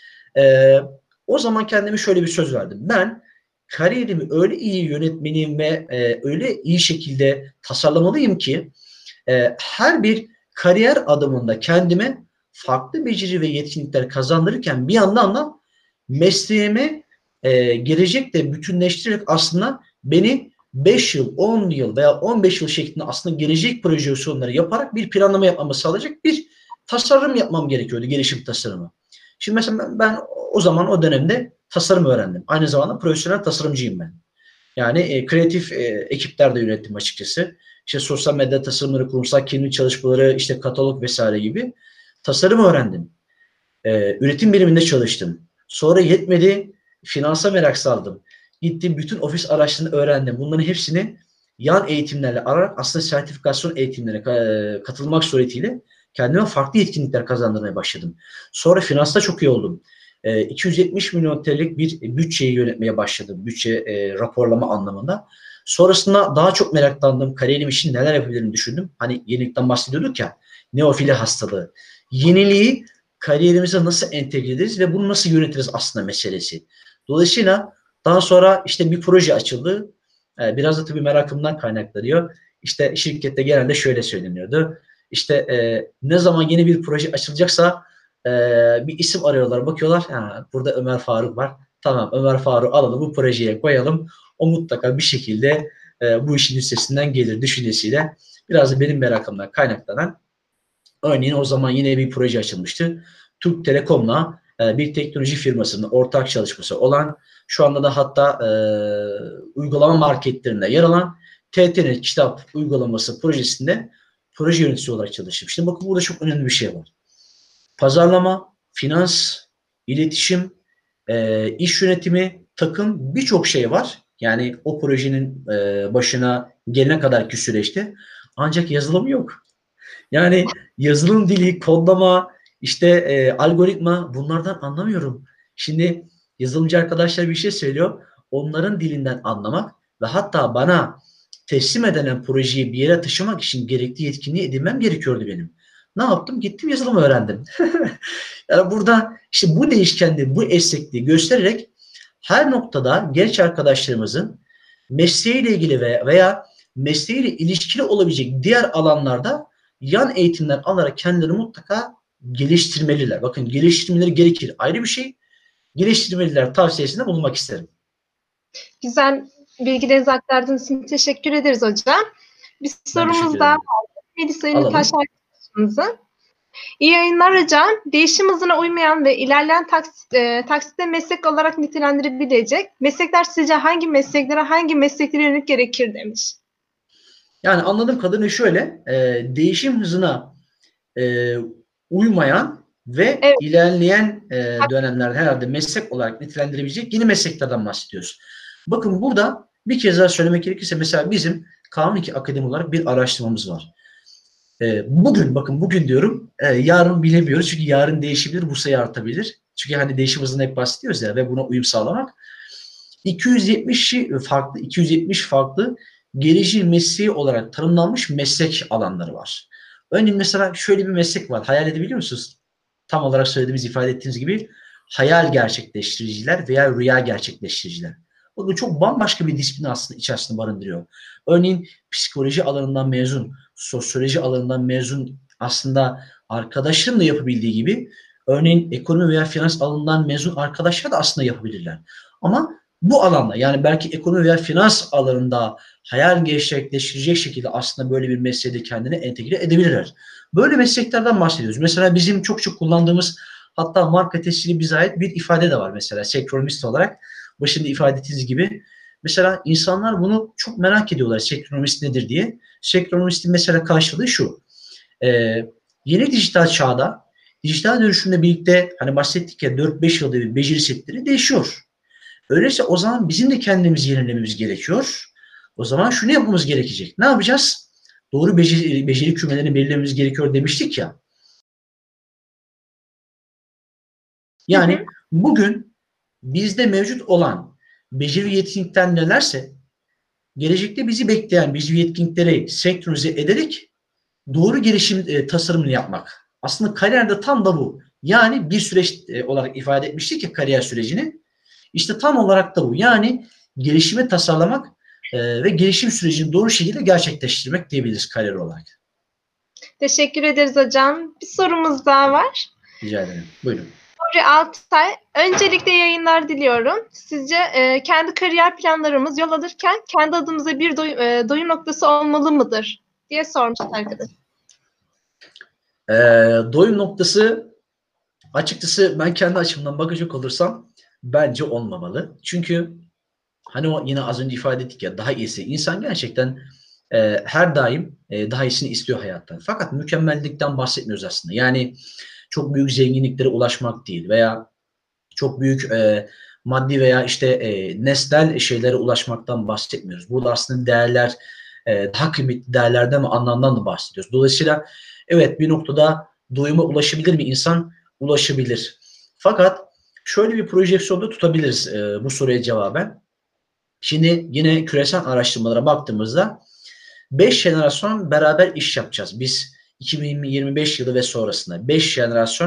Speaker 2: e, o zaman kendime şöyle bir söz verdim. Ben kariyerimi öyle iyi yönetmeliyim ve e, öyle iyi şekilde tasarlamalıyım ki e, her bir kariyer adımında kendime farklı beceri ve yetkinlikler kazandırırken bir yandan da mesleğimi e, gelecekte bütünleştirerek aslında beni beş yıl, on yıl veya on beş yıl şeklinde aslında gelecek projeksiyonları yaparak bir planlama yapmamı sağlayacak bir tasarım yapmam gerekiyordu, gelişim tasarımı. Şimdi mesela ben, ben o zaman o dönemde tasarım öğrendim. Aynı zamanda profesyonel tasarımcıyım ben. Yani e, kreatif e, ekipler de yönettim açıkçası. İşte sosyal medya tasarımları, kurumsal kimlik çalışmaları, işte katalog vesaire gibi tasarım öğrendim. E, üretim biriminde çalıştım. Sonra yetmedi, finansa merak saldım. Gittim bütün ofis araçlarını öğrendim. Bunların hepsini yan eğitimlerle ararak aslında sertifikasyon eğitimlerine katılmak suretiyle kendime farklı yetkinlikler kazandırmaya başladım. Sonra finansta çok iyi oldum. E, iki yüz yetmiş milyon T L'lik bir bütçeyi yönetmeye başladım. Bütçe e, raporlama anlamında. Sonrasında daha çok meraklandım. Kariyerim için neler yapabilirim düşündüm. Hani yenilikten bahsediyorduk ya. Neofili hastalığı. Yeniliği kariyerimize nasıl entegre ederiz ve bunu nasıl yönetiriz aslında meselesi. Dolayısıyla daha sonra işte bir proje açıldı. Ee, biraz da tabii merakımdan kaynaklanıyor. İşte şirkette genelde şöyle söyleniyordu. İşte e, ne zaman yeni bir proje açılacaksa e, bir isim arıyorlar, bakıyorlar. Ha, burada Ömer Faruk var. Tamam, Ömer Faruk'u alalım, bu projeye koyalım. O mutlaka bir şekilde e, bu işin üstesinden gelir düşüncesiyle biraz da benim merakımdan kaynaklanan, örneğin o zaman yine bir proje açılmıştı. Türk Telekom'la e, bir teknoloji firmasının ortak çalışması olan, şu anda da hatta e, uygulama marketlerinde yer alan T T Net kitap uygulaması projesinde proje yöneticisi olarak çalışmıştım. Bakın burada çok önemli bir şey var. Pazarlama, finans, iletişim, e, iş yönetimi, takım, birçok şey var. Yani o projenin e, başına gelene kadarki süreçte, ancak yazılım yok. Yani yazılım dili, kodlama, işte e, algoritma, bunlardan anlamıyorum. Şimdi yazılımcı arkadaşlar bir şey söylüyor. Onların dilinden anlamak ve hatta bana teslim edilen projeyi bir yere taşımak için gerekli yetkinliği edinmem gerekiyordu benim. Ne yaptım? Gittim yazılım öğrendim. Yani burada işte bu değişkenliği, bu esnekliği göstererek her noktada genç arkadaşlarımızın mesleğiyle ilgili veya, veya mesleğiyle ilişkili olabilecek diğer alanlarda yan eğitimler alarak kendilerini mutlaka geliştirmeliler. Bakın, geliştirmeleri gerekir. Ayrı bir şey. Geliştirmeliler tavsiyesinde bulunmak isterim.
Speaker 1: Güzel bilgilerinizi aktardığınız için teşekkür ederiz hocam. Bir sorumuz daha var. Melisa Ünlütaş arkadaşımızın. İyi yayınlar hocam. Değişim hızına uymayan ve ilerleyen taksit, e, taksitte meslek olarak nitelendirebilecek meslekler sizce hangi mesleklere, hangi mesleklere yönelik gerekir demiş.
Speaker 2: Yani anladığım kadarıyla şöyle, e, değişim hızına e, uymayan ve
Speaker 1: Evet.
Speaker 2: ilerleyen e, dönemlerde herhalde meslek olarak nitelendirebilecek yeni mesleklerden bahsediyoruz. Bakın burada bir kez daha söylemek gerekirse, mesela bizim K on iki Akademi olarak bir araştırmamız var. E, bugün, bakın bugün diyorum, e, yarın bilemiyoruz çünkü yarın değişebilir, bu sayı artabilir. Çünkü hani değişim hızından hep bahsediyoruz ya ve buna uyum sağlamak. iki yüz yetmiş farklı, iki yüz yetmiş farklı geleceğin mesleği olarak tanımlanmış meslek alanları var. Örneğin mesela şöyle bir meslek var. Hayal edebiliyor musunuz? Tam olarak söylediğimiz, ifade ettiğimiz gibi hayal gerçekleştiriciler veya rüya gerçekleştiriciler. Bu da çok bambaşka bir disiplin aslında içerisinde barındırıyor. Örneğin psikoloji alanından mezun, sosyoloji alanından mezun aslında arkadaşların da yapabildiği gibi, örneğin ekonomi veya finans alanından mezun arkadaşlar da aslında yapabilirler. Ama bu alanda, yani belki ekonomi veya finans alanında hayal gerçekleştirecek şekilde aslında böyle bir mesleği de kendine entegre edebilirler. Böyle mesleklerden bahsediyoruz. Mesela bizim çok çok kullandığımız, hatta marka tescili bize ait bir ifade de var mesela senkronist olarak. Başında ifade ettiğiniz gibi. Mesela insanlar bunu çok merak ediyorlar, senkronist nedir diye. Senkronistin mesela karşılığı şu. Ee, yeni dijital çağda, dijital dönüşümle birlikte hani bahsettik ya, dört beş yılda bir beceri setleri değişiyor. Öyleyse o zaman bizim de kendimizi yenilememiz gerekiyor. O zaman şunu yapmamız gerekecek. Ne yapacağız? Doğru beceri, beceri kümelerini belirlememiz gerekiyor demiştik ya. Yani hı hı. Bugün bizde mevcut olan beceri yetkinlikler nelerse, gelecekte bizi bekleyen beceri yetkinlikleri senkronize ederek doğru gelişim e, tasarımını yapmak. Aslında kariyerde tam da bu. Yani bir süreç e, olarak ifade etmiştik ya kariyer sürecini. İşte tam olarak da bu. Yani gelişimi tasarlamak e, ve gelişim sürecini doğru şekilde gerçekleştirmek diyebiliriz kariyer olarak.
Speaker 1: Teşekkür ederiz hocam. Bir sorumuz daha var.
Speaker 2: Rica ederim. Buyurun.
Speaker 1: Nuri Altay, öncelikle yayınlar diliyorum. Sizce e, kendi kariyer planlarımız yol alırken kendi adımıza bir doy, e, doyum noktası olmalı mıdır diye sormuş arkadaş.
Speaker 2: E, doyum noktası, açıkçası ben kendi açımdan bakacak olursam bence olmamalı. Çünkü hani o yine az önce ifade ettik ya, daha iyisi. İnsan gerçekten e, her daim e, daha iyisini istiyor hayattan. Fakat mükemmellikten bahsetmiyoruz aslında. Yani çok büyük zenginliklere ulaşmak değil veya çok büyük e, maddi veya işte e, nesnel şeylere ulaşmaktan bahsetmiyoruz. Burada aslında değerler, e, daha kıymetli değerlerden ve anlamdan da bahsediyoruz. Dolayısıyla evet, bir noktada doyuma ulaşabilir mi insan? Ulaşabilir. Fakat şöyle bir projeksiyonda tutabiliriz e, bu soruya cevaben. Şimdi yine küresel araştırmalara baktığımızda beş jenerasyon beraber iş yapacağız. Biz iki bin yirmi beş yılı ve sonrasında beş jenerasyon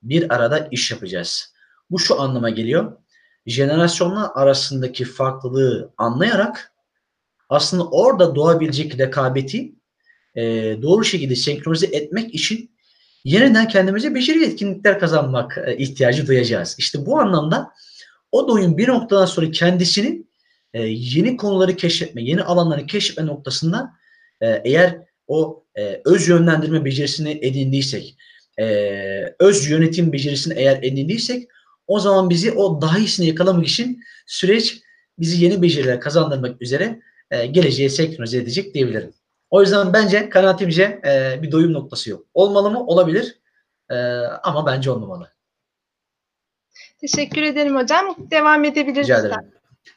Speaker 2: bir arada iş yapacağız. Bu şu anlama geliyor. Jenerasyonlar arasındaki farklılığı anlayarak aslında orada doğabilecek rekabeti e, doğru şekilde senkronize etmek için yeniden kendimize beceri yetkinlikler kazanmak e, ihtiyacı duyacağız. İşte bu anlamda o doyum bir noktadan sonra kendisini e, yeni konuları keşfetme, yeni alanları keşfetme noktasında e, eğer o e, öz yönlendirme becerisini edindiysek, e, öz yönetim becerisini eğer edindiysek, o zaman bizi o daha iyisini yakalamak için süreç bizi yeni beceriler kazandırmak üzere e, geleceğe senkronize edecek diyebilirim. O yüzden bence kanaatimce e, bir doyum noktası yok. Olmalı mı? Olabilir. E, ama bence olmamalı.
Speaker 1: Teşekkür ederim hocam. Devam edebiliriz.
Speaker 2: Rica ederim.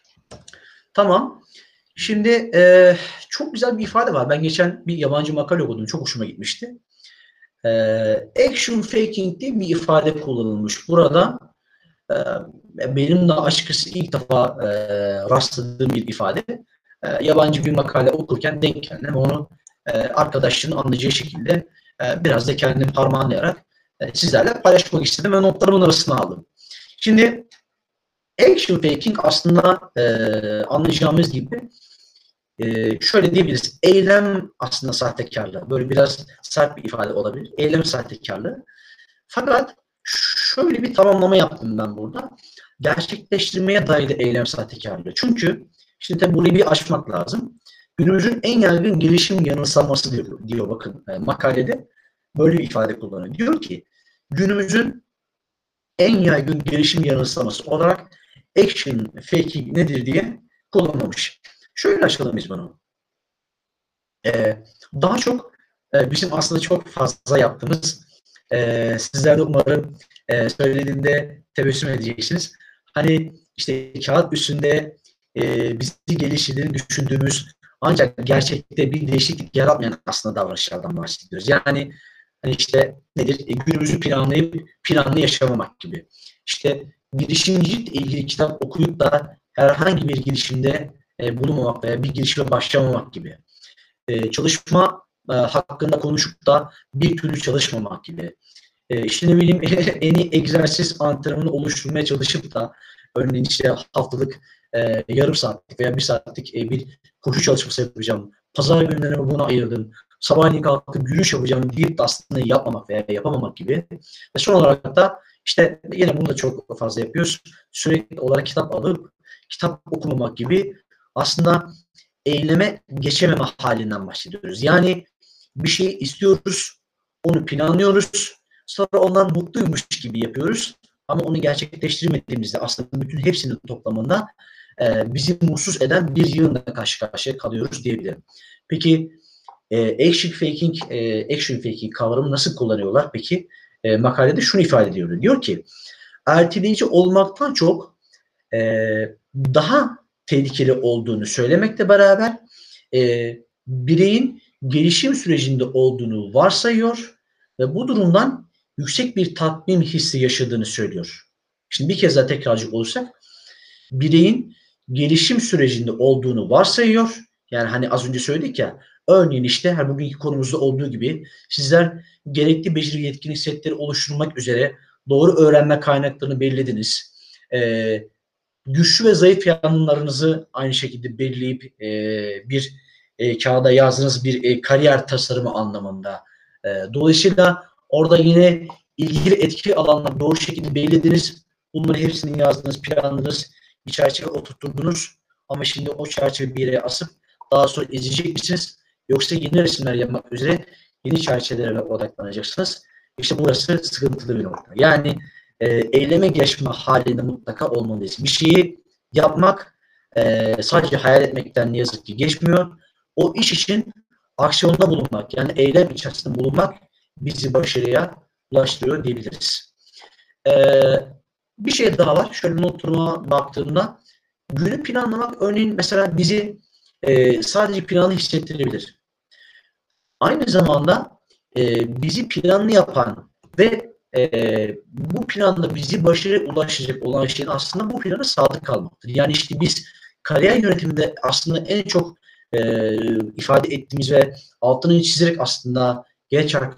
Speaker 2: Tamam. Şimdi e, çok güzel bir ifade var. Ben geçen bir yabancı makale okudum. Çok hoşuma gitmişti. E, action faking diye bir ifade kullanılmış. Burada e, benim de açıkçası ilk defa e, rastladığım bir ifade. E, yabancı bir makale okurken denk geldim. Onu e, arkadaşların anlayacağı şekilde e, biraz da kendim parmağınlayarak e, sizlerle paylaşmak istedim ve notlarımın arasına aldım. Şimdi action faking aslında e, anlayacağımız gibi e, şöyle diyebiliriz. Eylem aslında sahtekarlığı. Böyle biraz sert bir ifade olabilir. Eylem sahtekarlığı. Fakat şöyle bir tamamlama yaptım ben burada. Gerçekleştirmeye dair de eylem sahtekarlığı. Çünkü şimdi tabii burayı bir açmak lazım. Günümüzün en yaygın gelişim yanılsaması diyor, diyor bakın e, makalede böyle bir ifade kullanıyor. Diyor ki günümüzün en yaygın gelişim yanılsaması olarak action faking nedir diye kullanılmış. Şöyle açıklayalım biz bunu. Ee, daha çok e, bizim aslında çok fazla yaptığımız, e, sizler de umarım e, söylediğimde tebessüm edeceksiniz. Hani işte kağıt üstünde e, bizi geliştirdiğini düşündüğümüz ancak gerçekte bir değişiklik yaratmayan aslında davranışlardan bahsediyoruz. Yani hani işte nedir? E, günümüzü planlayıp planlı yaşamamak gibi. İşte girişimcilikle ilgili kitap okuyup da herhangi bir girişimde e, bulunmamak veya bir girişime başlamamak gibi. E, çalışma e, hakkında konuşup da bir türlü çalışmamak gibi. E, işte ne bileyim en iyi egzersiz antrenmanı oluşturmaya çalışıp da örneğin işte haftalık e, yarım saatlik veya bir saatlik e, bir koşu çalışması yapacağım. Pazar günlerimi buna ayırdım. Sabahleyin kalkıp yürüyüş yapacağım deyip de aslında yapmamak veya yapamamak gibi. Ve son olarak da işte yine bunu da çok fazla yapıyoruz. Sürekli olarak kitap alıp kitap okumamak gibi aslında eyleme geçememe halinden bahsediyoruz. Yani bir şey istiyoruz, onu planlıyoruz, sonra ondan mutluymuş gibi yapıyoruz. Ama onu gerçekleştirmediğimizde aslında bütün hepsinin toplamında e, bizi mutsuz eden bir yığınla karşı karşıya kalıyoruz diyebilirim. Peki e, action faking, e, action faking kavramını nasıl kullanıyorlar? Peki e, makalede şunu ifade ediyor. Diyor ki erteleyici olmaktan çok e, daha tehlikeli olduğunu söylemekle beraber e, bireyin gelişim sürecinde olduğunu varsayıyor ve bu durumdan yüksek bir tatmin hissi yaşadığını söylüyor. Şimdi bir kez daha tekrarcı olursak, bireyin gelişim sürecinde olduğunu varsayıyor. Yani hani az önce söyledik ya, örneğin işte her bugünkü konumuzda olduğu gibi sizler gerekli beceri yetkinlik setleri oluşturmak üzere doğru öğrenme kaynaklarını belirlediniz. Ee, güçlü ve zayıf yanlarınızı aynı şekilde belirleyip e, bir e, kağıda yazdığınız bir e, kariyer tasarımı anlamında. E, dolayısıyla orada yine ilgili etki alanları doğru şekilde belirlediniz. Bunları hepsini yazdınız, planladınız, bir çerçeve oturtturdunuz. Ama şimdi o çerçeveyi bir yere asıp daha sonra ezecek misiniz? Yoksa yeni resimler yapmak üzere yeni çerçevelere odaklanacaksınız. İşte burası sıkıntılı bir nokta. Yani e, eyleme geçme halinde mutlaka olmalıyız. Bir şeyi yapmak e, sadece hayal etmekten ne yazık ki geçmiyor. O iş için aksiyonda bulunmak, yani eylem içerisinde bulunmak bizi başarıya ulaştırıyor diyebiliriz. Ee, bir şey daha var. Şöyle notlarıma baktığımda günü planlamak örneğin mesela bizi e, sadece planlı hissettirebilir. Aynı zamanda e, bizi planlı yapan ve e, bu planda bizi başarıya ulaşacak olan şeyin aslında bu plana sadık kalmaktır. Yani işte biz kariyer yönetiminde aslında en çok e, ifade ettiğimiz ve altını çizerek aslında genç